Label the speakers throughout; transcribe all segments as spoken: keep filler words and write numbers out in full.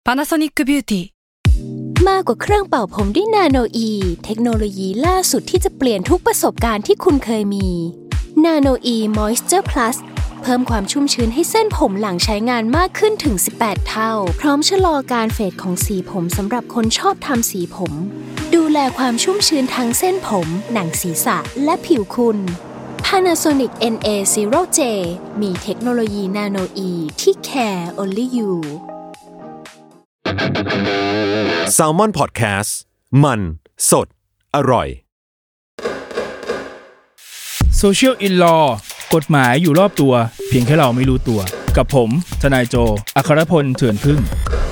Speaker 1: Panasonic Beauty
Speaker 2: มากกว่าเครื่องเป่าผมด้วยนาโนอีเทคโนโลยีล่าสุดที่จะเปลี่ยนทุกประสบการณ์ที่คุณเคยมีนาโนอีมอยส์เจอร์พลัสเพิ่มความชุ่มชื้นให้เส้นผมหลังใช้งานมากขึ้นถึงสิบแปดเท่าพร้อมชะลอการเฟดของสีผมสำหรับคนชอบทำสีผมดูแลความชุ่มชื้นทั้งเส้นผมหนังศีรษะและผิวคุณ Panasonic เอ็น เอ ศูนย์ เจ มีเทคโนโลยีนาโนอีที่ care only you
Speaker 3: Salmon Podcast มันสดอร่อย
Speaker 4: Social in Law กฎหมายอยู่รอบตัวเพียงแค่เราไม่รู้ตัวกับผมทนายโจอัครพลเถื่อนพึ่ง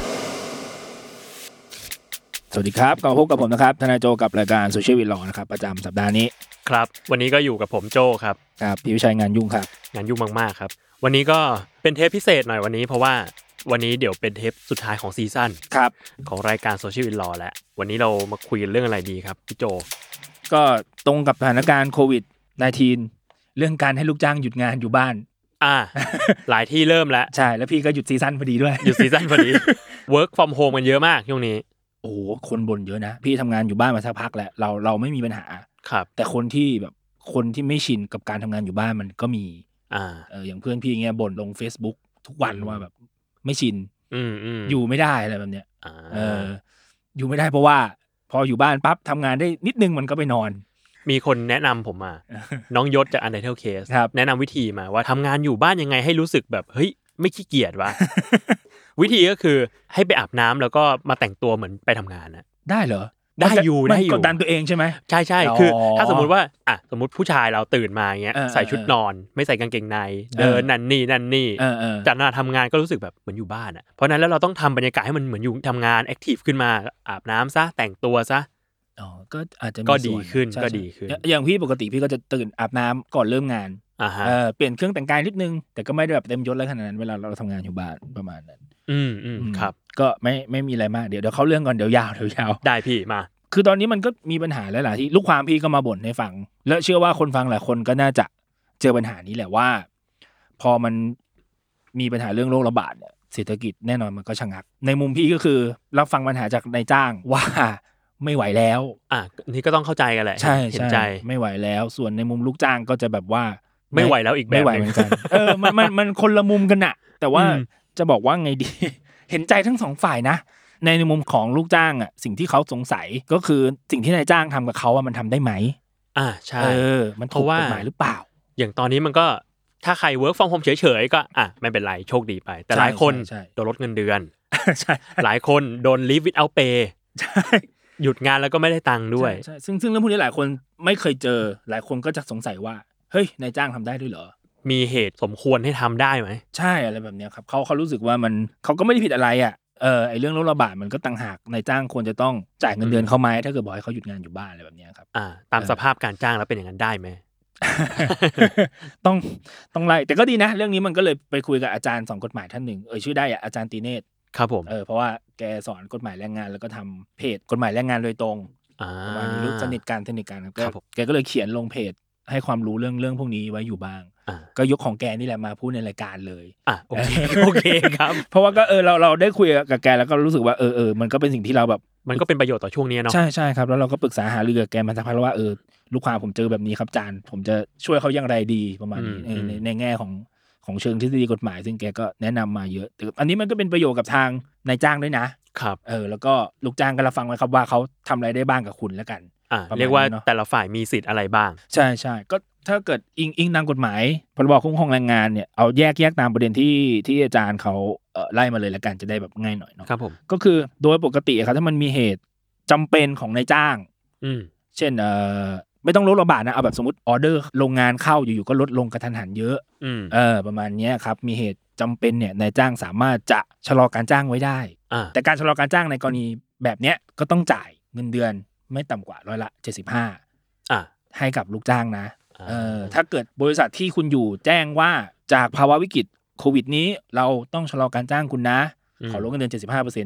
Speaker 4: สวัสดีครับกลับมาพบกับผมนะครับทนายโจกับรายการ Social in Law นะครับประจำสัปดาห์นี้
Speaker 5: ครับวันนี้ก็อยู่กับผมโจครับ
Speaker 4: ครับพี่วิชัยงานยุ่งครับ
Speaker 5: งานยุ่งมากๆครับวันนี้ก็เป็นเทปพิเศษหน่อยวันนี้เพราะว่าวันนี้เดี๋ยวเป็นเทปสุดท้ายของซีซั่น
Speaker 4: ครับ
Speaker 5: ของรายการ Social in Law แล้ววันนี้เรามาคุยกันเรื่องอะไรดีครับพี่โจ
Speaker 4: ก็ตรงกับสถานการณ์โควิด สิบเก้า เรื่องการให้ลูกจ้างหยุดงานอยู่บ้าน
Speaker 5: อ่า หลายที่เริ่มแล้ว
Speaker 4: ใช่แล้วพี่ก็หยุดซีซั่นพอดีด้วย
Speaker 5: หยุดซีซั่นพอดี work from home กันเยอะมากช่วงนี้
Speaker 4: โอ้โหคนบ่นเยอะนะพี่ทำงานอยู่บ้านมาสักพักแล้วเราเราไม่มีปัญหา
Speaker 5: ครับ
Speaker 4: แต่คนที่แบบคนที่ไม่ชินกับการทำงานอยู่บ้านมันก็มี
Speaker 5: อ่า
Speaker 4: เอออย่างเพื่อนพี่เงี้ยบ่นลง Facebook ทุกวันว่าแบบไม่ชิน
Speaker 5: อืมอืม
Speaker 4: อยู่ไม่ได้อะไรแบบเนี้ยเอออยู่ไม่ได้เพราะว่าพออยู่บ้านปั๊บทำงานได้นิดนึงมันก็ไปนอน
Speaker 5: มีคนแนะนำผมมา น้องยศจาก Untitled Case แนะนำวิธีมาว่าทำงานอยู่บ้านยังไงให้รู้สึกแบบเฮ้ยไม่ขี้เกียจวะ วิธีก็คือให้ไปอาบน้ำแล้วก็มาแต่งตัวเหมือนไปทำงานนะ
Speaker 4: ได้เหรอ
Speaker 5: ได้อยู่ได้อยู่
Speaker 4: กดดันตัวเองใช่ไหม
Speaker 5: ใช่ใช่คือถ้าสมมุติว่าอ่ะสมมติผู้ชายเราตื่นมาอย่างเงี้ยใส่ชุดนอนไม่ใส่กางเกงในเดินนั่นนี่นั่นนี่จากนั้นทำงานก็รู้สึกแบบเหมือนอยู่บ้านอ่ะเพราะนั้นแล้วเราต้องทำบรรยากาศให้มันเหมือนอยู่ทำงานแอคทีฟขึ้นมาอาบน้ำซะแต่งตัวซะ
Speaker 4: อ๋อก็อาจจะ
Speaker 5: ก็ดีขึ้นก็ดีขึ้น
Speaker 4: อย่างพี่ปกติพี่ก็จะตื่นอาบน้ำก่อนเริ่มงานเออเปลี่ยนเครื่องแต่งกายนิดนึงแต่ก็ไม่ได้แบบเต็มยศอะไรขนาดนั้นเวลาเราทำงานอยู่บ้านประมาณนั้น
Speaker 5: อืมอืมครับ
Speaker 4: ก็ไม่ไม่มีอะไรมากเดี๋ยวเดี๋ยวเข้าเรื่องก่อนเดี๋ยวยาวเดี๋ยวยาว
Speaker 5: ได้พี่มา
Speaker 4: คือตอนนี้มันก็มีปัญหาหลายๆที่ลูกความพี่ก็มาบ่นให้ฟังและเชื่อว่าคนฟังหลายคนก็น่าจะเจอปัญหานี้แหละว่าพอมันมีปัญหาเรื่องโรคระบาดเนี่ยเศรษฐกิจแน่นอนมันก็ชะงักในมุมพี่ก็คือรับฟังปัญหาจากนายจ้างว่าไม่ไหวแล้ว
Speaker 5: อ่ะนี่ก็ต้องเข้าใจกันแหละเห็นใจ
Speaker 4: ไม่ไหวแล้วส่วนในมุมลูกจ้างก็จะแบบว่า
Speaker 5: ไม่ไหวแล้วอีกแบบ
Speaker 4: ไม่ไหวเหมือนกันเออมันมันมันคนละมุมกันน่ะแต่ว่าจะบอกว่าไงดีเห็นใจทั้งสองฝ่ายนะในมุมของลูกจ้างอ่ะสิ่งที่เขาสงสัยก็คือสิ่งที่นายจ้างทำกับเขาว่ามันทำได้ไหม
Speaker 5: อ่าใช่
Speaker 4: เออมันถูกกฎหมายหรือเปล่า
Speaker 5: อย่างตอนนี้มันก็ถ้าใคร work from home เฉยๆก็อ่ะไม่เป็นไรโชคดีไปแต่หลายคนโดนลดเงินเดือน
Speaker 4: ใช่
Speaker 5: หลายคนโดน leave without pay
Speaker 4: ใช่
Speaker 5: หยุดงานแล้วก็ไม่ได้ตังค์ด้วย
Speaker 4: ใช่ซึ่งซึ่งเรื่องพวกนี้หลายคนไม่เคยเจอหลายคนก็จะสงสัยว่าเฮ้ยนายจ้างทำได้ด้วยเหรอ
Speaker 5: มีเหตุสมควรให้ทำได้ไหม
Speaker 4: ใช่อะไรแบบนี้ครับเขาเขารู้สึกว่ามันเขาก็ไม่ได้ผิดอะไรอ่ะเออไอเรื่องโรคระบาดมันก็ต่างหากนายจ้างควรจะต้องจ่ายเงินเดือนเขาไหมถ้าเกิดบอกให้เขาหยุดงานอยู่บ้านอะไรแบบนี้ครับ
Speaker 5: อ่าตามสภาพการจ้างแล้วเป็นอย่างนั้นได้ไหม
Speaker 4: ต้องต้องไล่แต่ก็ดีนะเรื่องนี้มันก็เลยไปคุยกับอาจารย์สอนกฎหมายท่านหนึ่งเออชื่อได้อ่ะอาจารย์ตีเนตร
Speaker 5: ครับผม
Speaker 4: เออเพราะว่าแกสอนกฎหมายแรงงานแล้วก็ทำเพจกฎหมายแรงงานโดยตรงประมาณนี้รู้สนิทกันสนิทกันครับแกก็เลยเขียนลงเพจให้ความรู้เรื่องเรื่องพวกนี้ไว้อยู่บ้างก็ยกของแกนี่แหละมาพูดในรายการเลย
Speaker 5: อ่ะโอเคโอเคครับ
Speaker 4: เพราะว่าก็เออเราเราได้คุยกับแกแล้วก็รู้สึกว่าเออเออมันก็เป็นสิ่งที่เราแบบ
Speaker 5: มันก็เป็นประโยชน์ต่อช่วงนี้เนาะ
Speaker 4: ใช่ใช่ครับแล้วเราก็ปรึกษาหารือกับแกมาสักพักแล้วว่าเออลูกความผมเจอแบบนี้ครับอาจารย์ผมจะช่วยเขาอย่างไรดีประมาณนี้ในในแง่ของของเชิงทฤษฎีกฎหมายซึ่งแกก็แนะนำมาเยอะแต่อันนี้มันก็เป็นประโยชน์กับทางนายจ้างด้วยนะครับเออแล้วก็ลูกจ้างก็รับฟังไว้ครับว่าเขาทำอะไรได้บ้างกับคุณแล้วกัน
Speaker 5: อ่าเรียกว่าแต่ละฝ่ายมีสิทธิ์อะไรบ้าง
Speaker 4: ใช่ใช่ก็ถ้าเกิดอิงอิงตามกฎหมายพรบคุ้มครองแรงงานเนี่ยเอาแยกแยกตามประเด็นที่ที่อาจารย์เขาเอ่อไล่มาเลยละกันจะได้แบบง่ายหน่อยเนาะ
Speaker 5: ครับผม
Speaker 4: ก็คือโดยปกติครับถ้ามันมีเหตุจำเป็นของนายจ้าง
Speaker 5: อืม
Speaker 4: เช่นเอ่อไม่ต้องลดระบาดนะเอาแบบสมมติออเดอร์โรงงานเข้าอยู่ๆก็ลดลงกระทันหันเยอะเออประมาณนี้ครับมีเหตุจำเป็นเนี่ยนายจ้างสามารถจะชะลอการจ้างไว้ได้แต่การชะลอการจ้างในกรณีแบบเนี้ยก็ต้องจ่ายเงินเดือนไม่ต่ำกว่าร้อยละเจ็ดสิบห้าอ่ะให้กับลูกจ้างนะเออถ้าเกิดบริษัทที่คุณอยู่แจ้งว่าจากภาวะวิกฤตโควิดนี้เราต้องชะลอการจ้างคุณนะขอลดเงินเดือน เจ็ดสิบห้าเปอร์เซ็นต์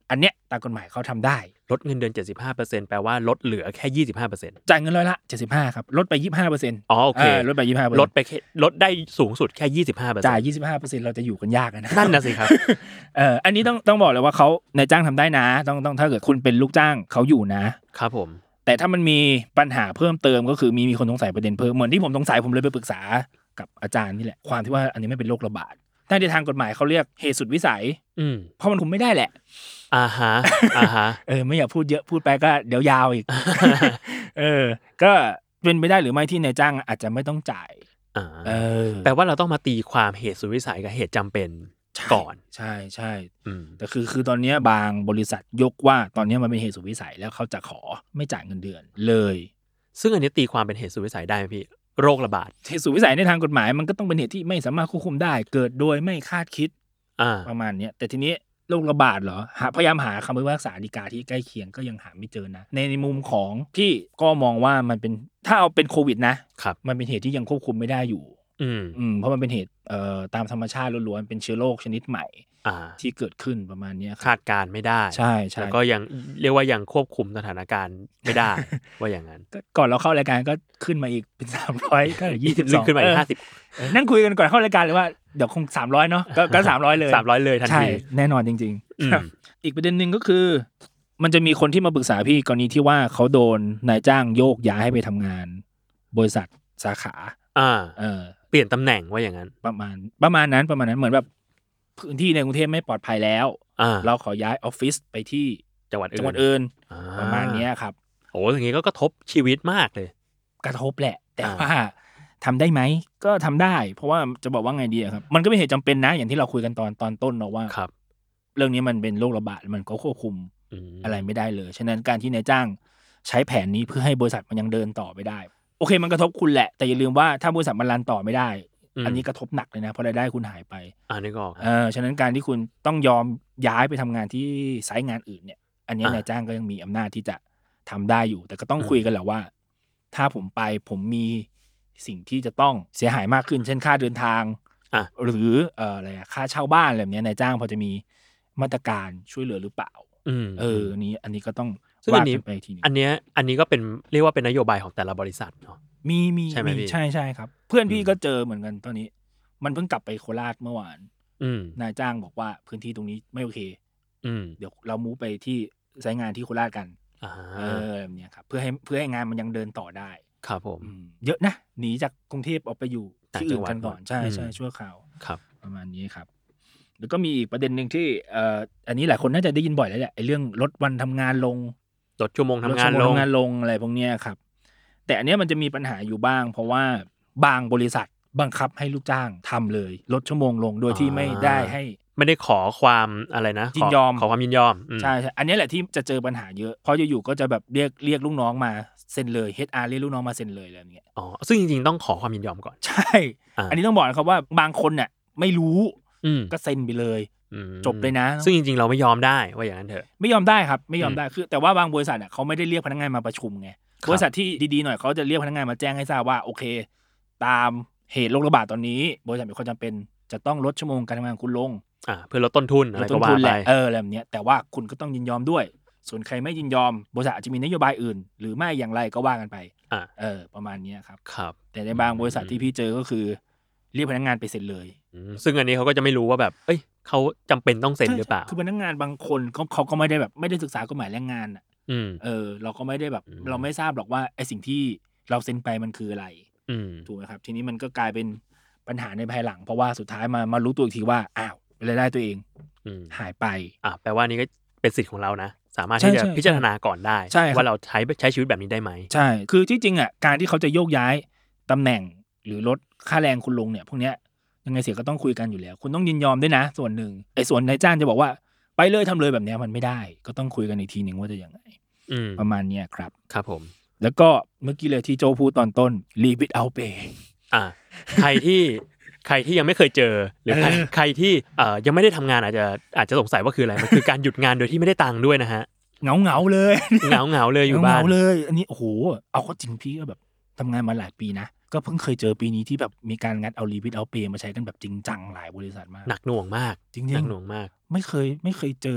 Speaker 4: อันเนี้ยตามกฎหมายเขาทำได้
Speaker 5: ลดเงินเดือน เจ็ดสิบห้าเปอร์เซ็นต์ แปลว่าลดเหลือแค่ ยี่สิบห้าเปอร์เซ็นต์
Speaker 4: จ่ายเงินร้อยละเจ็ดสิบห้าครับลดไป ยี่สิบห้าเปอร์เซ็นต์
Speaker 5: อ๋อโอเค
Speaker 4: ลดไป ยี่สิบห้าเปอร์เซ็นต์
Speaker 5: ลดไปลดได้สูงสุดแค่ ยี่สิบห้าเปอร์เซ็นต์
Speaker 4: จ่าย ยี่สิบห้าเปอร์เซ็นต์ เราจะอยู่กันยากนะ
Speaker 5: นั่นน่ะสิครับ
Speaker 4: เอ่ออันนี้ต้องต้องบอกเลยว่าเขานายจ้างทำได้นะต้องต้องถ้าเกิดคุณเป็นลูกจ้างเขาอยู่นะครับ
Speaker 5: ผม
Speaker 4: แต่ถ้ามันมีปัญหาเพิ่มเติมก็คือมีมีคนสงสัยประเด็นเพิ่มเหมือนที่ผมสงสัยผมเลยไปปรึกษากับอาจารย์นี่แหละความที่ว่าอันนี้ไม่เป็นโรคระบาดถ้าในทางกฎหมายเขาเรียกเหตุสุดวิสัย
Speaker 5: อืม
Speaker 4: เพราะมันคุมไม่ได้แหละ
Speaker 5: อ่าฮะอ่าฮะ
Speaker 4: เออไม่อยากพูดเยอะพูดไปก็เดี๋ยวยาวอีก เออก็เป็นไปได้หรือไม่ที่นายจ้างอาจจะไม่ต้องจ่าย
Speaker 5: อ่าเออแปลว่าเราต้องมาตีความเหตุสุดวิสัยกับเหตุจำเป็นก่อน
Speaker 4: ใช่ใช่แต่คือคือตอนนี้บางบริษัทยกว่าตอนนี้มันเป็นเหตุสุดวิสัยแล้วเขาจะขอไม่จ่ายเงินเดือนเลย
Speaker 5: ซึ่งอันนี้ตีความเป็นเหตุสุดวิสัยได้ไหมพี่โรคระบาด
Speaker 4: เหตุสุดวิสัยในทางกฎหมายมันก็ต้องเป็นเหตุที่ไม่สามารถควบคุมได้เกิดโดยไม่คาดคิดประมาณนี้แต่ทีนี้โรคระบาดเหรอหาพยายามหาคำพิพากษาฎีกาที่ใกล้เคียงก็ยังหาไม่เจอนะในในมุมของพี่ก็มองว่ามันเป็นถ้าเอาเป็นโควิดนะมันเป็นเหตุที่ยังควบคุมไม่ได้อยู่
Speaker 5: อืม
Speaker 4: อืมเพราะมันเป็นเหตุเอ่อตามธรรมชาติล้วนๆเป็นเชื้อโรคชนิดใหม่ที่เกิดขึ้นประมาณนี้
Speaker 5: คาดการไม่ได้
Speaker 4: ใช่ใช่
Speaker 5: แล้วก็ยังเรียกว่ายังควบคุมสถานการณ์ไม่ได้ ว่าอย่างนั้น
Speaker 4: ก่อนเราเข้ารายการก็ขึ้นมาอีกเป็นสามร้อยก็ยี่สิบสอง
Speaker 5: ขึ้นมาอีกห้าสิบ
Speaker 4: นั่งคุยกันก่อนเข้ารายการเลยว่าเดี๋ยวคงสามร้อยเนาะก็สามร้อยเลย
Speaker 5: สามร้อยเลยทันที
Speaker 4: แน่นอนจริงๆอีกประเด็นนึงก็คือมันจะมีคนที่มาปรึกษาพี่กรณีที่ว่าเขาโดนนายจ้างโยกย้ายให้ไปทำงานบริษัทสาขา
Speaker 5: อ่า
Speaker 4: เออ
Speaker 5: เปลี่ยนตำแหน่งว่าอย่างนั้น
Speaker 4: ประมาณประมาณนั้นประมาณนั้นเหมือนแบบพื้นที่ในกรุงเทพไม่ปลอดภัยแล้วเราขอย้ายออฟฟิศไปที่
Speaker 5: จังหวัด
Speaker 4: จังหวัดอื่นประมาณนี้ครับ
Speaker 5: โอ้อย่างงี้ก็กระทบชีวิตมากเลย
Speaker 4: กระทบแหละแต่ว่าทำได้ไหมก็ทำได้เพราะว่าจะบอกว่าไงดีครับมันก็เป็นเหตุจำเป็นนะอย่างที่เราคุยกันตอนตอนต้นเนาะว่าเรื่องนี้มันเป็นโรคระบาดมันก็ควบคุมอะไรไม่ได้เลยฉะนั้นการที่นายจ้างใช้แผนนี้เพื่อให้บริษัทมันยังเดินต่อไปได้โอเคมันกระทบคุณแหละแต่อย่าลืมว่าถ้าบริษัทมันรันต่อไม่ได้อันนี้กระทบหนักเลยนะเพราะรายได้คุณหายไป
Speaker 5: อ่านี่ก็
Speaker 4: เออฉะนั้นการที่คุณต้องยอมย้ายไปทำงานที่ไซต์งานอื่นเนี่ยอันนี้นายจ้างก็ยังมีอำนาจที่จะทำได้อยู่แต่ก็ต้องคุยกันแหละว่าถ้าผมไปผมมีสิ่งที่จะต้องเสียหายมากขึ้นเช่นค่าเดินทาง
Speaker 5: อ่ะ
Speaker 4: หรือเอ่ออะไรค่าเช่าบ้านอะไรแบบนี้นายจ้างพอจะมีมาตรการช่วยเหลือหรือเปล่าเอออันนี้อันนี้ก็ต้อง
Speaker 5: ว่ากันไปทีนึงอันนี้อันนี้ก็เป็นเรียกว่าเป็นนโยบายของแต่ละบริษัทเนาะ
Speaker 4: มีมีใช่ไหมพี่ใช่ใช่ครับเพื่อนพี่ก็เจอเหมือนกันตอนนี้มันเพิ่งกลับไปโคราชเมื่อวานนายจ้างบอกว่าพื้นที่ตรงนี้ไม่โอเคเดี๋ยวเรามูฟไปที่ไซต์งานที่โคราชกันเออแบบนี้ครับเพื่อให้เพื่อให้งานมันยังเดินต่อได้
Speaker 5: ครับผม
Speaker 4: เยอะนะหนีจากกรุงเทพออกไปอยู่ที่อื่นกันก่อนใช่ใช่ชั่วคราว
Speaker 5: ครับ
Speaker 4: ประมาณนี้ครับแล้วก็มีอีกประเด็นหนึ่งที่เอ่ออันนี้หลายคนน่าจะได้ยินบ่อยแล้วแหละไอ้เรื่องลดวันทำงานลง
Speaker 5: ลดชั่วโมงทำงานลง
Speaker 4: งานลงอะไรพวกนี้ครับแต่อันนี้มันจะมีปัญหาอยู่บ้างเพราะว่าบางบริษัทบังคับให้ลูกจ้างทำเลยลดชั่วโมงลงโดยที่ไม่ได้ให้
Speaker 5: ไม่ได้ขอความอะไรนะ
Speaker 4: ยินยอม
Speaker 5: ขอความยินยอม
Speaker 4: ใช่ๆอันนี้แหละที่จะเจอปัญหาเยอะเพราะอยู่ๆก็จะแบบเรียกเรียกลูกน้องมาเซ็นเลย เอช อาร์ เรียกลูกน้องมาเซ็นเลยอะไรอย่างเงี้ย
Speaker 5: อ๋อซึ่งจริงๆต้องขอความยินยอมก่อน
Speaker 4: ใช่อันนี้ต้องบอกนะครับว่าบางคนเนี่ยไม่รู้ก็เซ็นไปเลยจบเลยนะ
Speaker 5: ซึ่งจริงๆเราไม่ยอมได้ว่าอย่างนั้นเถอะ
Speaker 4: ไม่ยอมได้ครับไม่ยอมได้คือแต่ว่าบางบริษัทเนี่ยเขาไม่ได้เรียกพนักงานมาประชุมไงบริษัทที่ดีๆหน่อยเขาจะเรียกพนักงานมาแจ้งให้ทราบว่าโอเคตามเหตุโรคระบาดตอนนี้บริษัทมีความจำเป็นจะต้องลดชั่วโมงการทำงานคุณลง
Speaker 5: อ่าเพื่อลดต้นทุนอะไรก็ว่าไป
Speaker 4: เอออะไรแบบนี้แต่ว่าคุณก็ต้องยินยอมด้วยส่วนใครไม่ยินยอมบริษัทอาจจะมีนโยบายอื่นหรือไม่อย่างไรก็ว่ากันไป
Speaker 5: อ่า
Speaker 4: เออประมาณนี้ครับ
Speaker 5: ครับ
Speaker 4: แต่ในบางบริษัทที่พี่เจอก็คือเรียกพนักงานไปเซ็นเลย
Speaker 5: ซึ่งอันนี้เขาก็จะไม่รู้ว่าแบบเอ้ยเขาจำเป็นต้องเซ็นหรือเปล่า
Speaker 4: คือพนักงานบางคนเขาเขาก็ไม่ได้แบบไม่ได้ศึกษากฎหมายแรงงานอ่ะเออเราก็ไม่ได้แบบเราไม่ทราบหรอกว่าไอ้สิ่งที่เราเซ็นไปมันคืออะไรถูกไหมครับทีนี้มันก็กลายเป็นปัญหาในภายหลังเพราะว่าสุดท้ายมามารู้ตัวอีกทีว่าอ้าวรายได้ตัวเองหายไป
Speaker 5: อ่ะแปลว่านี่ก็เป็นสิทธิ์ของเรานะสามารถที่จะพิจารณาก่อนได้ว่าเราใช้ใช้ชีวิตแบบนี้ได้ไหม
Speaker 4: ใช่คือที่จริงอ่ะการที่เขาจะโยกย้ายตำแหน่งหรือลดค่าแรงคุณลงเนี่ยพวกเนี้ยยังไงเสียก็ต้องคุยกันอยู่แล้วคุณต้องยินยอมด้วยนะส่วนหนึ่งไอ้ส่วนนายจ้างจะบอกว่าไปเลยทำเลยแบบนี้มันไม่ได้ก็ต้องคุยกันอีกทีหนึ่งว่าจะยังไงประมาณนี้ครับ
Speaker 5: ครับผม
Speaker 4: แล้วก็เมื่อกี้เลยที่โจพูดตอนต้น leave it out pay
Speaker 5: อ่าใครที่ใครที่ยังไม่เคยเจอหรือใครใครที่เอ่อยังไม่ได้ทำงานอาจจะอาจจะสงสัยว่าคืออะไรมันคือการหยุดงานโดยที่ไม่ได้ตังค์ด้วยนะฮะ
Speaker 4: เหงาเหงาเลย
Speaker 5: เหงาเหงาเลยอยู่บ้าน
Speaker 4: เหงาเลยอันนี้โอ้โหเอาเข้าจริงพี่ก็แบบทำงานมาหลายปีนะก็เพิ่งเคยเจอปีนี้ที่แบบมีการงัดเอา leave it out pay มาใช้กันแบบจริงจังหลายบริษัทมาก
Speaker 5: หนักหน่วงมาก
Speaker 4: จริงๆ
Speaker 5: หนักหน่วงมาก
Speaker 4: ไม่เคยไม่เคยเจอ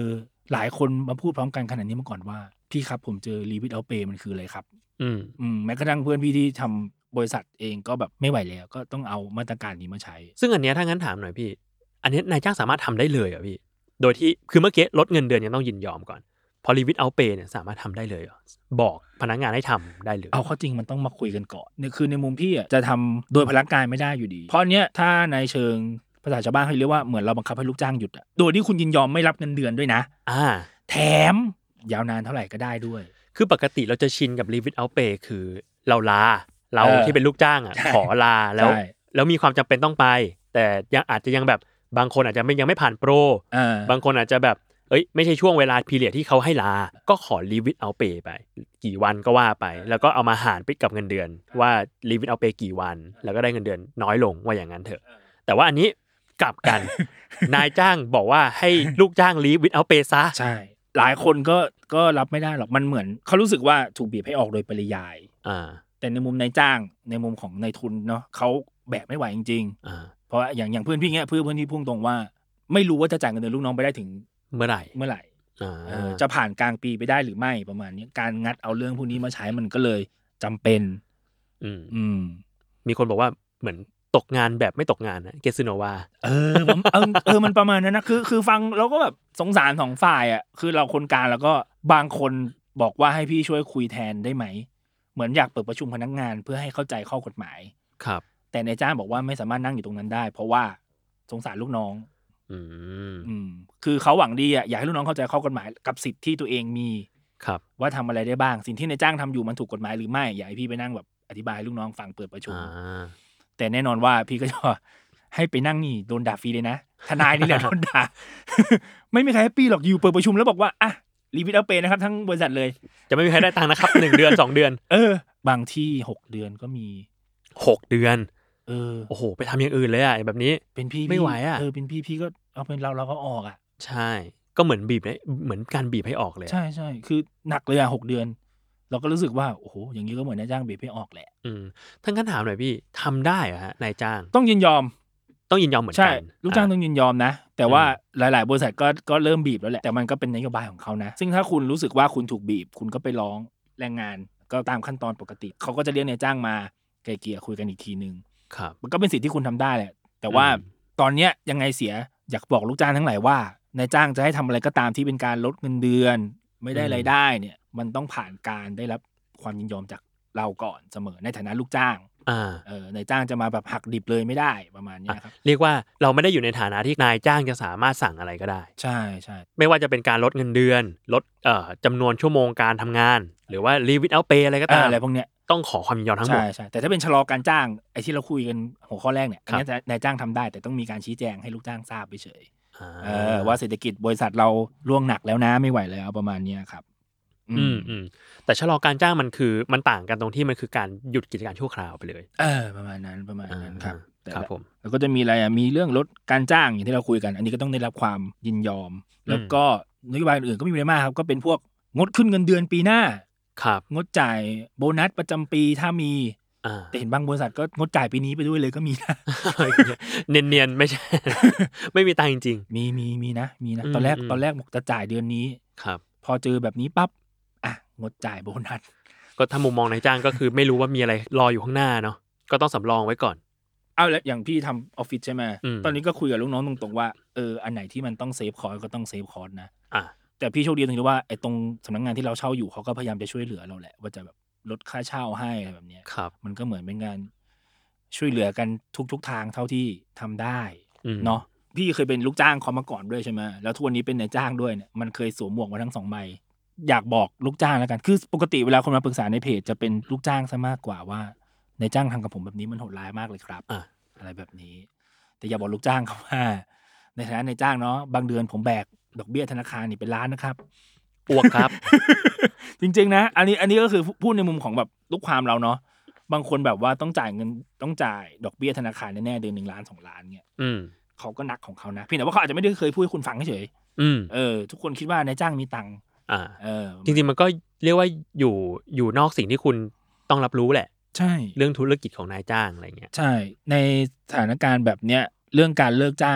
Speaker 4: หลายคนมาพูดพร้อมกันขนาดนี้มาก่อนว่าพี่ครับผมเจอ Leave Without Pay มันคืออะไรครับอืมอืมแม้กระทั่งเพื่อนพี่ที่ทำบริษัทเองก็แบบไม่ไหวแล้วก็ต้องเอามาตรการนี้มาใช้
Speaker 5: ซึ่งอันเนี้ยถ้างั้นถามหน่อยพี่อันนี้นายจ้างสามารถทำได้เลยเหรอพี่โดยที่คือเมื่อกี้ลดเงินเดือนยังต้องยินยอมก่อนพอ Leave Without Pay เนี่ยสามารถทำได้เลยเหรอบอกพนักงานให้ทำได้เลย
Speaker 4: เอาเข้าจริงมันต้องมาคุยกันก่อนเนี่ยคือในมุมพี่อ่ะจะทำโดยพลังกายไม่ได้อยู่ดีเพราะเนี้ยถ้าในเชิงภาษาชาวบ้านเขาเรียกว่าเหมือนเราบังคับให้ลูกจ้างหยุดอ่ะโดยที่คุณยินยอมไม่รับเงินเดือนด้วยนะ
Speaker 5: อ่า
Speaker 4: แถมยาวนานเท่าไหร่ก็ได้ด้วย
Speaker 5: คือปกติเราจะชินกับ Leave Without Pay คือเราลาเราที่เป็นลูกจ้างอ่ะขอลาแล้วแล้วมีความจำเป็นต้องไปแต่ยังอาจจะยังแบบบางคนอาจจะไม่ยังไม่ผ่านโปรบางคนอาจจะแบบเอ้ยไม่ใช่ช่วงเวลาพีเรียดที่เขาให้ลาก็ขอ Leave Without Pay ไปกี่วันก็ว่าไปแล้วก็เอามาหารไปกับเงินเดือนว่า Leave Without Pay กี่วันแล้วก็ได้เงินเดือนน้อยลงว่าอย่างนั้นเถอะแต่ว่าอันนี้กลับกัน นายจ้างบอกว่าให้ลูกจ้าง Leave Without Pay ซะ
Speaker 4: ใช่หลายคนก็ก็รับไม่ได้หรอกมันเหมือนเขารู้สึกว่าถูกบีบให้ออกโดยปริยาย
Speaker 5: อ่า
Speaker 4: แต่ในมุมนายจ้างในมุมของนายทุนเนาะเขาแบกไม่ไหวจริง
Speaker 5: ๆอ่า
Speaker 4: เพราะอย่างอย่างเพื่อนพี่เงี้ยเพื่อนเพื่อนที่พุ่งตรงว่าไม่รู้ว่าจะจ่ายเงินเดือนลูกน้องไปได้ถึง
Speaker 5: เมื่อไหร่
Speaker 4: เมื่อไหร่จะผ่านกลางปีไปได้หรือไม่ประมาณนี้การงัดเอาเรื่องพวกนี้มาใช้มันก็เลยจำเป็น
Speaker 5: อืม
Speaker 4: อืม
Speaker 5: มีคนบอกว่าเหมือนตกงานแบบไม่ตกงานนะเกสโนวา
Speaker 4: เออเออเออมันประมาณนั้นนะคือคือฟังเราก็แบบสงสารสองฝ่ายอ่ะคือเราคนกลางแล้วก็บางคนบอกว่าให้พี่ช่วยคุยแทนได้ไหมเหมือนอยากเปิดประชุมพนักงานเพื่อให้เข้าใจข้อกฎหมาย
Speaker 5: ครับ
Speaker 4: แต่นายจ้างบอกว่าไม่สามารถนั่งอยู่ตรงนั้นได้เพราะว่าสงสารลูกน้อง
Speaker 5: อืม
Speaker 4: อืมคือเขาหวังดีอ่ะอยากให้ลูกน้องเข้าใจข้อกฎหมายกับสิทธิ์ที่ตัวเองมี
Speaker 5: ครับ
Speaker 4: ว่าทำอะไรได้บ้างสิ่งที่นายจ้างทำอยู่มันถูกกฎหมายหรือไม่อยากให้พี่ไปนั่งแบบอธิบายลูกน้องฟังเปิดประชุมแต่แน่นอนว่าพี่ก็จะให้ไปนั่งนี่โดนด่าฟรีเลยนะทนายนี่แหละโดนด่า ไม่มีใครแฮปปี้หรอกอยู่เปิดประชุมแล้วบอกว่าอ่ะLeave Without Payนะครับทั้งบริษัทเลย
Speaker 5: จะไม่มีใครได้ตังค์นะครับหนึ่งเดือนสองเดือน
Speaker 4: เออบางที่หกเดือนก็มี
Speaker 5: หกเดือน
Speaker 4: เออ
Speaker 5: โอ้โหไปทำอย่างอื่นเลยอ่ะแบบนี้
Speaker 4: เป็นพี่
Speaker 5: ไม่ไหวอ่ะ
Speaker 4: เออเป็นพี่พี่ก็เอาเป็นเราเราก็ออกอ่ะ
Speaker 5: ใช่ก็เหมือนบีบเลยเหมือนการบีบให้ออกเลย
Speaker 4: ใช่ๆคือหนักเลยอ่ะหกเดือนเราก็รู้สึกว่าโอ้โหอย่างนี้ก็เหมือนนายจ้างบีบให้ออกแหละ
Speaker 5: อืมทั้งคันถามหน่อยพี่ทำได้เหรอฮะนายจ้าง
Speaker 4: ต้องยินยอม
Speaker 5: ต้องยินยอมเหมือนกัน
Speaker 4: ใช่ลูกจ้างต้องยินยอมนะแต่ว่าหลายๆบริษัทก็ก็เริ่มบีบแล้วแหละแต่มันก็เป็นนโยบายของเขานะซึ่งถ้าคุณรู้สึกว่าคุณถูกบีบคุณก็ไปร้องแรงงานก็ตามขั้นตอนปกติเขาก็จะเรียกนายจ้างมาไกล่เกลี่ยคุยกันอีกทีนึง
Speaker 5: ครับ
Speaker 4: มันก็เป็นสิทธิ์ที่คุณทำได้แหละแต่ว่าตอนเนี้ยยังไงเสียอยากบอกลูกจ้างทั้งหลายว่านายจ้างจะให้ทำอะไรก็ตามที่เป็นการลดเงินเดือนไม่ได้รายได้เนี่ยมันต้องผ่านการได้รับความยินยอมจากเราก่อนเสมอในฐานะลูกจ้าง
Speaker 5: อ่า
Speaker 4: เออนายจ้างจะมาแบบหักดิบเลยไม่ได้ประมาณนี้ครับ
Speaker 5: เรียกว่าเราไม่ได้อยู่ในฐานะที่นายจ้างจะสามารถสั่งอะไรก็ได้
Speaker 4: ใช่ใช่
Speaker 5: ไม่ว่าจะเป็นการลดเงินเดือนลดเอ่อจำนวนชั่วโมงการทำงานหรือว่า Leave Without Pay อะไรก็ตาม
Speaker 4: อะไรพวกเนี้ย
Speaker 5: ต้องขอความยินยอมทั้งหมด
Speaker 4: ใช่ใช่แต่ถ้าเป็นชะลอการจ้างไอ้ที่เราคุยกันหัวข้อแรกเนี่ยอันนี้นายจ้างทำได้แต่ต้องมีการชี้แจงให้ลูกจ้างทราบไปเฉยเออว่าเศรษฐกิจบริษัทเราล่วงหนักแล้วนะไม่ไหวแล้วประมาณนี้ครับ
Speaker 5: อืมอืมแต่ชะลอการจ้างมันคือมันต่างกันตรงที่มันคือการหยุดกิจการชั่วคราวไปเลย
Speaker 4: เออประมาณนั้นประมาณนั้นครับ
Speaker 5: ครับผม
Speaker 4: แล้วก็จะมีอะไรอ่ะมีเรื่องลดการจ้างอย่างที่เราคุยกันอันนี้ก็ต้องได้รับความยินยอมแล้วก็นโยบายอื่นๆก็มีอะไรมากครับก็เป็นพวกงดขึ้นเงินเดือนปีหน้า
Speaker 5: ครับ
Speaker 4: งดจ่ายโบนัสประจำปีถ้ามีแต่เห็นบางบริษัทก็งดจ่ายปีนี้ไปด้วยเลยก็มีนะ
Speaker 5: เนียนๆไม่ใช่ไม่มีตังค์จริง
Speaker 4: ๆมีมีมีนะมีนะตอนแรกตอนแรกบอกจะจ่ายเดือนนี้
Speaker 5: ครับ
Speaker 4: พอเจอแบบนี้ปั๊บอ่ะงดจ่ายโบนัส
Speaker 5: ก็ถ้ามุมมองนายจ้างก็คือไม่รู้ว่ามีอะไรรออยู่ข้างหน้าเนาะก็ต้องสำรองไว้ก่อน
Speaker 4: เอาแล้วอย่างพี่ทำออฟฟิศใช่ไหมตอนนี้ก็คุยกับลูกน้องตรงๆว่าเอออันไหนที่มันต้องเซฟคอร์สก็ต้องเซฟคอร์สนะ
Speaker 5: อ่ะ
Speaker 4: แต่พี่โชคดีตรงที่ว่าไอ้ตรงสำนักงานที่เราเช่าอยู่เขาก็พยายามจะช่วยเหลือเราแหละว่าจะแบบลดค่าเช่าให้อะไรแบบนี้มันก็เหมือนเป็นงานช่วยเหลือกันทุกๆทางเท่าที่ทำได้เนาะพี่เคยเป็นลูกจ้างเขามาก่อนด้วยใช่ไหมแล้วทุกวันนี้เป็นนายจ้างด้วยเนี่ยมันเคยสวมหมวกมาทั้งสองใบอยากบอกลูกจ้างแล้วกันคือปกติเวลาคนมาปรึกษาในเพจจะเป็นลูกจ้างซะมากกว่าว่านายจ้างทำกับผมแบบนี้มันโหดร้ายมากเลยครับ
Speaker 5: อ่ะ
Speaker 4: อะไรแบบนี้แต่อย่าบอกลูกจ้างเขาว่าในฐานะนายจ้างเนาะบางเดือนผมแบกดอกเบี้ยธนาคารนี่เป็นล้านนะครับ
Speaker 5: อ้วกครับ
Speaker 4: จริงๆนะอันนี้อันนี้ก็คือพูดในมุมของแบบลูกความเราเนาะบางคนแบบว่าต้องจ่ายเงินต้องจ่ายดอกเบี้ยธนาคารแน่ๆเดือนหนึ่งล้านสองล้านเงี้ยเขาก็หนักของเขานะเพียงแต่ว่าเขาอาจจะไม่ได้เคยพูดให้คุณฟังเฉยเออทุกคนคิดว่านายจ้างมีตังค์
Speaker 5: อ่าเออจริงๆมันก็เรียกว่าอยู่อยู่นอกสิ่งที่คุณต้องรับรู้แหละ
Speaker 4: ใช่
Speaker 5: เรื่องธุรกิจของนายจ้างอะไรเงี้ย
Speaker 4: ใช่ในสถานการณ์แบบเนี้ยเรื่องการเลิกจ้าง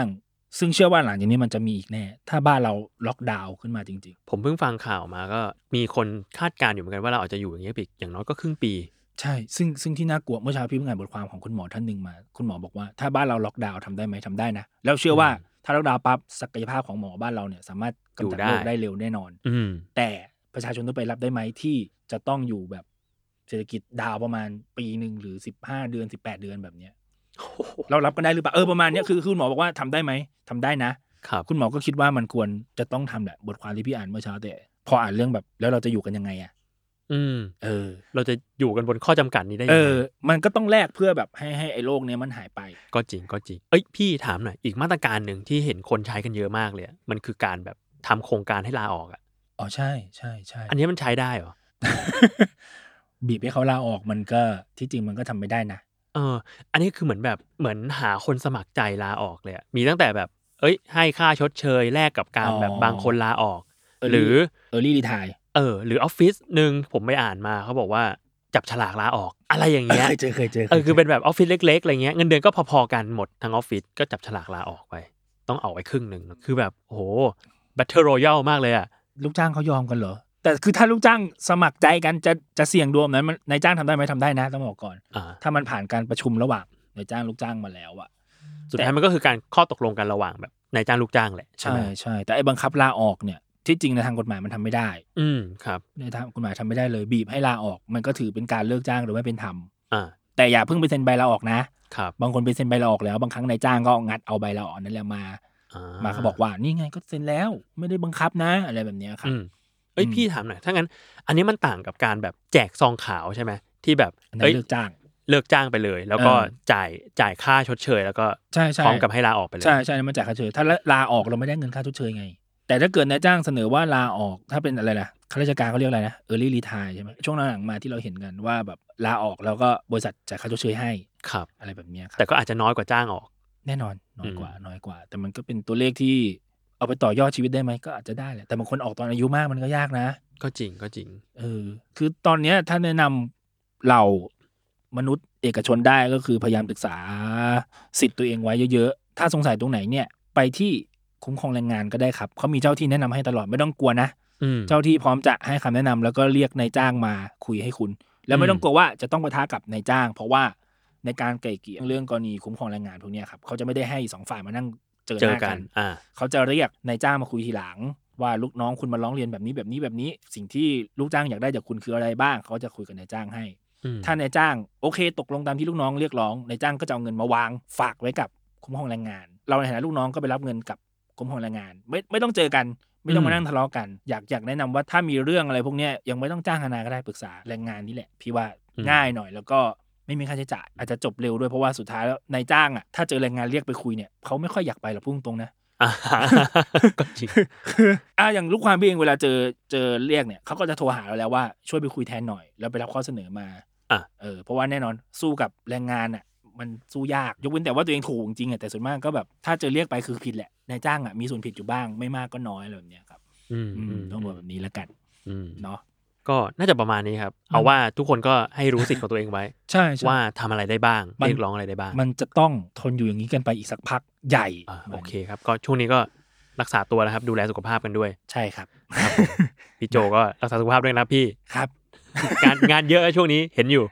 Speaker 4: ซึ่งเชื่อว่าหลังจากนี้มันจะมีอีกแน่ถ้าบ้านเราล็อกดาวน์ขึ้นมาจริง
Speaker 5: ๆผมเพิ่งฟังข่าวมาก็มีคนคาดการณ์อยู่เหมือนกันว่าเราอาจจะอยู่อย่างนี้อีกอย่างน้อยก็ครึ่งปี
Speaker 4: ใช่ซึ่งซึ่งที่น่ากลัวเมื่อเช้าพี่เพิ่งอ่านบทความของคุณหมอท่านนึงมาคุณหมอบอกว่าถ้าบ้านเราล็อกดาวน์ทำได้ไหมทำได้นะแล้วเชื่อว่าถ้าล็อกดาวน์ปั๊บศักยภาพของหมอบ้านเราเนี่ยสามารถกำจัดโรคได้เร็วแน่นอนแต่ประชาชนทั่วไปรับได้ไหมที่จะต้องอยู่แบบเศรษฐกิจดาวประมาณปีนึงหรือสิบห้าเดือนสิบแปดเดือนแบบเนี้ยเรารับกันได้หรือเปล่าเออประมาณนี้คือคุณหมอบอกว่าทำได้ไหมทำได้นะคุณหมอก็คิดว่ามันควรจะต้องทำแหละบทความที่พี่อ่านเมื่อเช้าแต่พออ่านเรื่องแบบแล้วเราจะอยู่กันยังไงอ่ะ
Speaker 5: อืม
Speaker 4: เออ
Speaker 5: เราจะอยู่กันบนข้อจำกัดนี้ได้ยัง
Speaker 4: ไงเออ
Speaker 5: มั
Speaker 4: นก็ต้องแลกเพื่อแบบให้ให้ไอ้โรคเนี้ยมันหายไป
Speaker 5: ก็จริงก็จริงเอ้ยพี่ถามหน่อยอีกมาตรการหนึ่งที่เห็นคนใช้กันเยอะมากเลยมันคือการแบบทำโครงการให้ลาออกอ่ะ
Speaker 4: อ๋อใช่ใช่ใช่
Speaker 5: อันนี้มันใช้ได้เหรอ
Speaker 4: บีบให้เขาลาออกมันก็ที่จริงมันก็ทำไม่ได้นะ
Speaker 5: เอออันนี้คือเหมือนแบบเหมือนหาคนสมัครใจลาออกเลยมีตั้งแต่แบบเอ้ยให้ค่าชดเชยแลกกับการแบบบางคนลาออกหรือ
Speaker 4: early retire
Speaker 5: เออหรือออฟฟิศนึงผมไปอ่านมาเขาบอกว่าจับฉลากลาออกอะไรอย่างเงี้ย
Speaker 4: เคยเจอเคยเจอ
Speaker 5: เออคือเป็นแบบออฟฟิศเล็กๆอะไรเงี้ยเงินเดือนก็พอๆกันหมดทั้งออฟฟิศก็จับฉลากลาออกไปต้องเอาไว้ครึ่งนึงคือแบบโอ้โห Battle Royale มากเลยอ่ะ
Speaker 4: ลูกจ้างเขายอมกันเหรอแต่คือถ้าลูกจ้างสมัครใจกันจะจะเสี่ยงดวงนั้นนายจ้างทำได้ไหมทำได้นะต้องบอกก่อนถ้ามันผ่านการประชุมระหว่างนายจ้างลูกจ้างมาแล้วอะ
Speaker 5: สุดท้ายมันก็คือการข้อตกลงกันระหว่างแบบนายจ้างลูกจ้างแหละ
Speaker 4: ใช่ใช่แต่ไอ้บังคับลาออกเนี่ยที่จริงในทางกฎหมายมันทำไม่ได้
Speaker 5: อืมครับ
Speaker 4: ในทางกฎหมายทำไม่ได้เลยบีบให้ลาออกมันก็ถือเป็นการเลิกจ้างโดยไม่เป็นธรรมแต่อย่าเพิ่งไปเซ็นใบลาออกนะครับบางคนไปเซ็นใบลาออกแล้วบางครั้งนายจ้างก็งัดเอาใบลาออกนั่นแหละมามาเขาบอกว่านี่ไงก็เซ็นแล้วไม่ได้บังคับนะอะไรแบบนี้ครับ
Speaker 5: เอ้ยพี่ถามหน่อยถ้างั้นอันนี้มันต่างกับการแบบแจกซองขาวใช่ไหมที่แบบ
Speaker 4: เอ้ยเลิกจ้าง
Speaker 5: เลิกจ้างไปเลยแล้วก็จ่ายจ่ายค่าชดเชยแล้วก็พร้อมกับให้ลาออกไปเลย
Speaker 4: ใช่ใช่มันจ่ายค่าชดเชยถ้าลาออกเราไม่ได้เงินค่าชดเชยไงแต่ถ้าเกิดนายจ้างเสนอว่าลาออกถ้าเป็นอะไรล่ะข้าราชการเขาเรียกอะไรนะ early retire ใช่ไหมช่วงหลังๆมาที่เราเห็นกันว่าแบบลาออกแล้วก็บริษัทจ่ายค่าชดเชยให้
Speaker 5: ครับ
Speaker 4: อะไรแบบนี้ครับ
Speaker 5: แต่ก็อาจจะน้อยกว่าจ้างออก
Speaker 4: แน่นอนน้อยกว่าน้อยกว่าแต่มันก็เป็นตัวเลขที่เอาไปต่อยอดชีวิตได้ไหมก็อาจจะได้แหละแต่บางคนออกตอนอายุมากมันก็ยากนะ
Speaker 5: ก็จริงก็จริง
Speaker 4: เออคือตอนนี้ถ้าแนะนำเรามนุษย์เอกชนได้ก็คือพยายามศึกษาสิทธิ์ตัวเองไว้เยอะๆถ้าสงสัยตรงไหนเนี่ยไปที่คุ้มครองแรงงานก็ได้ครับเขามีเจ้าที่แนะนำให้ตลอดไม่ต้องกลัวนะเจ้าที่พร้อมจะให้คำแนะนำแล้วก็เรียกนายจ้างมาคุยให้คุณแล้วไม่ต้องกลัวว่าจะต้องปะทะกับนายจ้างเพราะว่าในการไกล่เกลี่ยเรื่องกรณีคุ้มครองแรงงานพวกนี้ครับเขาจะไม่ได้ให้สองฝ่ายมานั่งเจอหน้ากันเขาจะเรียกนายจ้างมาคุยทีหลังว่าลูกน้องคุณมาร้องเรียนแบบนี้แบบนี้แบบนี้สิ่งที่ลูกจ้างอยากได้จากคุณคืออะไรบ้างเขาจะคุยกับนายจ้างให้ถ้านายจ้างโอเคตกลงตามที่ลูกน้องเรียกร้องนายจ้างก็จะเอาเงินมาวางฝากไว้กับคุ้มครองแรงงานเราในฐานะลูกน้องก็ไปรับเงินกับคุ้มครองแรงงานไม่ไม่ต้องเจอกันไม่ต้องมานั่งทะเลาะกันอยากอยากแนะนำว่าถ้ามีเรื่องอะไรพวกนี้ยังไม่ต้องจ้างทนายก็ได้ปรึกษาแรงงานนี่แหละพี่ว่าง่ายหน่อยแล้วก็ไม่มีค่าใช้จ่ายอาจจะจบเร็วด้วยเพราะว่าสุดท้ายแล้วนายจ้างอ่ะถ้าเจอแรงงานเรียกไปคุยเนี่ยเขาไม่ค่อยอยากไปหรอกพุ่งตรงนะ
Speaker 5: ก็จริง
Speaker 4: อ่ะอย่างลูกความพี่เองเวลาเจอเจอเรียกเนี่ยเขาก็จะโทรหาเราแล้วว่าช่วยไปคุยแทนหน่อยแล้วไปรับข้อเสนอมา
Speaker 5: อ่ะ
Speaker 4: เออเพราะว่าแน่นอนสู้กับแรงงานอ่ะมันสู้ยากยกเว้นแต่ว่าตัวเองถูกจริงอ่ะแต่ส่วนมากก็แบบถ้าเจอเรียกไปคือผิดแหละนายจ้างอ่ะมีส่วนผิดอยู่บ้างไม่มากก็น้อยอะไรแบบเนี้ยครับ
Speaker 5: อืม
Speaker 4: ต้องบอกแบบนี้แล้วกันเนาะ
Speaker 5: ก็น่าจะประมาณนี้ครับเอาว่าทุกคนก็ให้รู้สิทธิ์ของตัวเองไว้
Speaker 4: ใช่
Speaker 5: ว่าทำอะไรได้บ้างเรียกร้องอะไรได้บ้าง
Speaker 4: มันจะต้องทนอยู่อย่างนี้กันไปอีกสักพักใหญ่
Speaker 5: โอเคครับก็ช่วงนี้ก็รักษาตัวนะครับดูแลสุขภาพกันด้วย
Speaker 4: ใช่ครับ
Speaker 5: พี่โจก็รักษาสุขภาพด้วยนะพี่
Speaker 4: ครับ
Speaker 5: งานงานเยอะช่วงนี้เห็นอยู่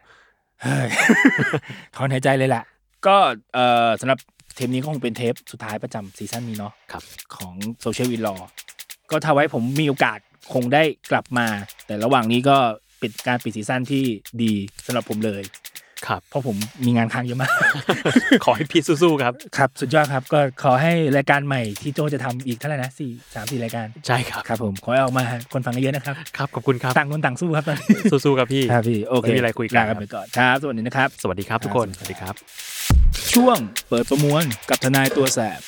Speaker 4: ถอนหายใจเลยแหละก็เอ่อสำหรับเทปนี้ก็คงเป็นเทปสุดท้ายประจำซีซั่นนี้เนาะของโซเชียลวิลลอก็ถ้าไว้ผมมีโอกาสคงได้กลับมาแต่ระหว่างนี้ก็เป็นการปิดซีซั่นที่ดีสำหรับผมเลย
Speaker 5: ครับ
Speaker 4: เพราะผมมีงานค้างเยอะมาก
Speaker 5: ขอให้พี่สู้ๆครับ
Speaker 4: ครับสุดยอดครับก็ขอให้รายการใหม่ที่โจจะทำอีกเท่าไหร่นะสี่ สาม สี่รายการ
Speaker 5: ใช่ครับ
Speaker 4: ครับผมขอให้ออกมาคนฟังเยอะนะครับ
Speaker 5: ครับขอบคุณครับ
Speaker 4: ต่างคนต่างสู้ครับตอนนี้
Speaker 5: สู้ๆครับพี่
Speaker 4: ครับพี่โอเค
Speaker 5: มีอะไรคุยกัน
Speaker 4: ไปก่อนครับสวัสดีนะครับ
Speaker 5: สวัสดีครับทุกคนสวัสดีครับ
Speaker 4: ช่วงเปิดประมวลกับทนายตัวแสบ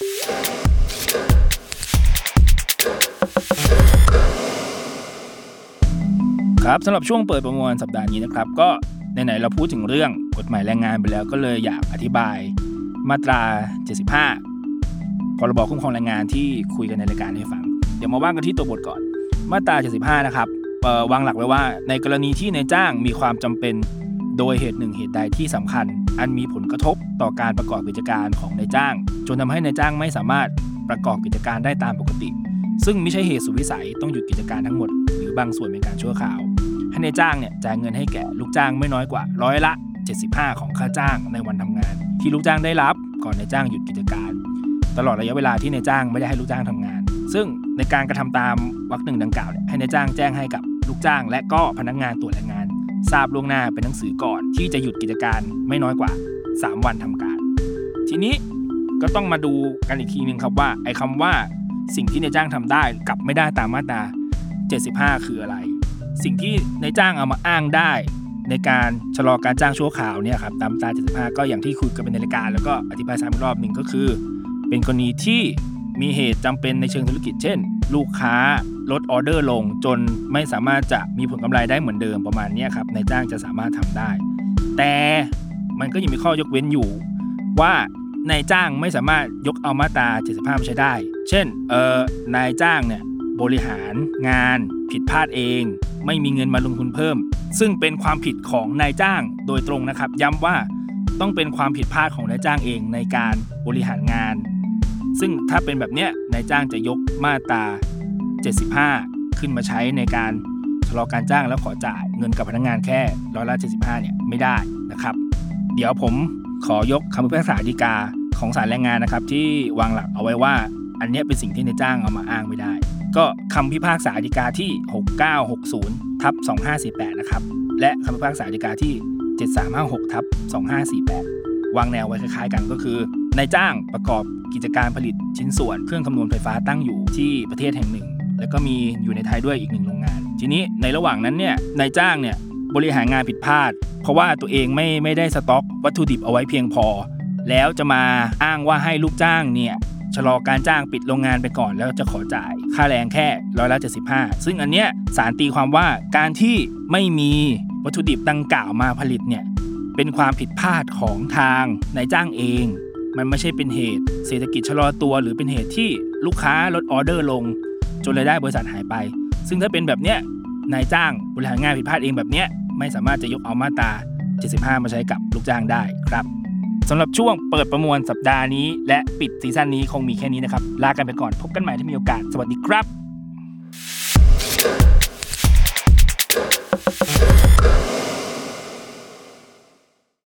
Speaker 4: ครับสำหรับช่วงเปิดประมวลสัปดาห์นี้นะครับก็ไหนๆเราพูดถึงเรื่องกฎหมายแรงงานไปแล้วก็เลยอยากอธิบายมาตราเจ็ดสิบห้าพรบคุ้มครองแรงงานที่คุยกันในรายการให้ฟังเดี๋ยวมาว่ากันที่ตัวบทก่อนมาตราเจ็ดสิบห้านะครับเอ่อวางหลักไว้ว่าในกรณีที่นายจ้างมีความจำเป็นโดยเหตุหนึ่งเหตุใดที่สำคัญอันมีผลกระทบต่อการประกอบกิจการของนายจ้างจนทำให้นายจ้างไม่สามารถประกอบกิจการได้ตามปกติซึ่งไม่ใช่เหตุสุดวิสัยต้องหยุดกิจการทั้งหมดหรือบางส่วนเป็นการชั่วคราวให้นายจ้างเนี่ยจ่ายเงินให้แก่ลูกจ้างไม่น้อยกว่าร้อยละเจ็ดสิบห้าของค่าจ้างในวันทำงานที่ลูกจ้างได้รับก่อนนายจ้างหยุดกิจการตลอดระยะเวลาที่นายจ้างไม่ได้ให้ลูกจ้างทำงานซึ่งในการกระทำตามวรรคหนึ่งดังกล่าวเนี่ยให้นายจ้างแจ้งให้กับลูกจ้างและก็พนักงานตรวจแรงงานทราบล่วงหน้าเป็นหนังสือก่อนที่จะหยุดกิจการไม่น้อยกว่าสามวันทำการทีนี้ก็ต้องมาดูกันอีกทีนึงครับว่าไอ้คำว่าสิ่งที่นายจ้างทำได้กับไม่ได้ตามมาตราเจ็ดสิบห้าคืออะไรสิ่งที่นายจ้างเอามาอ้างได้ในการชะลอการจ้างชั่วคราวเนี่ยครับตามมาตราเจ็ดสิบห้าก็อย่างที่คุยกันเป็นในรายการแล้วก็อธิบายซ้ำอีกรอบนึงก็คือเป็นกรณีที่มีเหตุจำเป็นในเชิงธุรกิจเช่นลูกค้าลดออเดอร์ลงจนไม่สามารถจะมีผลกำไรได้เหมือนเดิมประมาณนี้ครับนายจ้างจะสามารถทำได้แต่มันก็ยังมีข้อยกเว้นอยู่ว่านายจ้างไม่สามารถยกเอามาตราเจ็ดสิบห้ามาใช้ได้เช่นเอ่อนายจ้างเนี่ยบริหารงานผิดพลาดเองไม่มีเงินมาลงทุนเพิ่มซึ่งเป็นความผิดของนายจ้างโดยตรงนะครับย้ำว่าต้องเป็นความผิดพลาดของนายจ้างเองในการบริหารงานซึ่งถ้าเป็นแบบเนี้ยนายจ้างจะยกมาตราเจ็ดสิบห้าขึ้นมาใช้ในการชะลอการจ้างแล้วขอจ่ายเงินกับพนักงานแค่ร้อยละเจ็ดสิบห้าเนี่ยไม่ได้นะครับเดี๋ยวผมขอยกคำพิพากษาฎีกาของศาลแรงงานนะครับที่วางหลักเอาไว้ว่าอันนี้เป็นสิ่งที่นายจ้างเอามาอ้างไม่ได้ก็คำพิพากษาฎีกาที่หกเก้าหกศูนย์ทับสองห้าสี่แปดนะครับและคำพิพากษาฎีกาที่เจ็ดสามห้าหกทับสองห้าสี่แปดวางแนวไว้คล้ายๆกันก็คือนายจ้างประกอบกิจการผลิตชิ้นส่วนเครื่องคำนวณไฟฟ้าตั้งอยู่ที่ประเทศแห่งหนึ่งแล้วก็มีอยู่ในไทยด้วยอีกหนึ่งโรงงานทีนี้ในระหว่างนั้นเนี่ยนายจ้างเนี่ยบริหารงานผิดพลาดเพราะว่าตัวเองไม่ไม่ได้สต็อกวัตถุดิบเอาไว้เพียงพอแล้วจะมาอ้างว่าให้ลูกจ้างเนี่ยชะลอการจ้างปิดโรงงานไปก่อนแล้วจะขอจ่ายค่าแรงแค่ร้อยละเจ็ดสิบห้าซึ่งอันเนี้ยศาลตีความว่าการที่ไม่มีวัตถุดิบดังกล่าวมาผลิตเนี่ยเป็นความผิดพลาดของทางนายจ้างเองมันไม่ใช่เป็นเหตุเศรษฐกิจชะลอตัวหรือเป็นเหตุที่ลูกค้าลดออเดอร์ลงจนรายได้บริษัทหายไปซึ่งถ้าเป็นแบบเนี้ยนายจ้างบริหารงานผิดพลาดเองแบบเนี้ยไม่สามารถจะยกเอามาตราเจ็ดสิบห้ามาใช้กับลูกจ้างได้ครับสำหรับช่วงเปิดประมวลสัปดาห์นี้และปิดซีซั่นนี้คงมีแค่นี้นะครับลากันไปก่อนพบกันใหม่ที่มีโอกาสสวัสดีครับ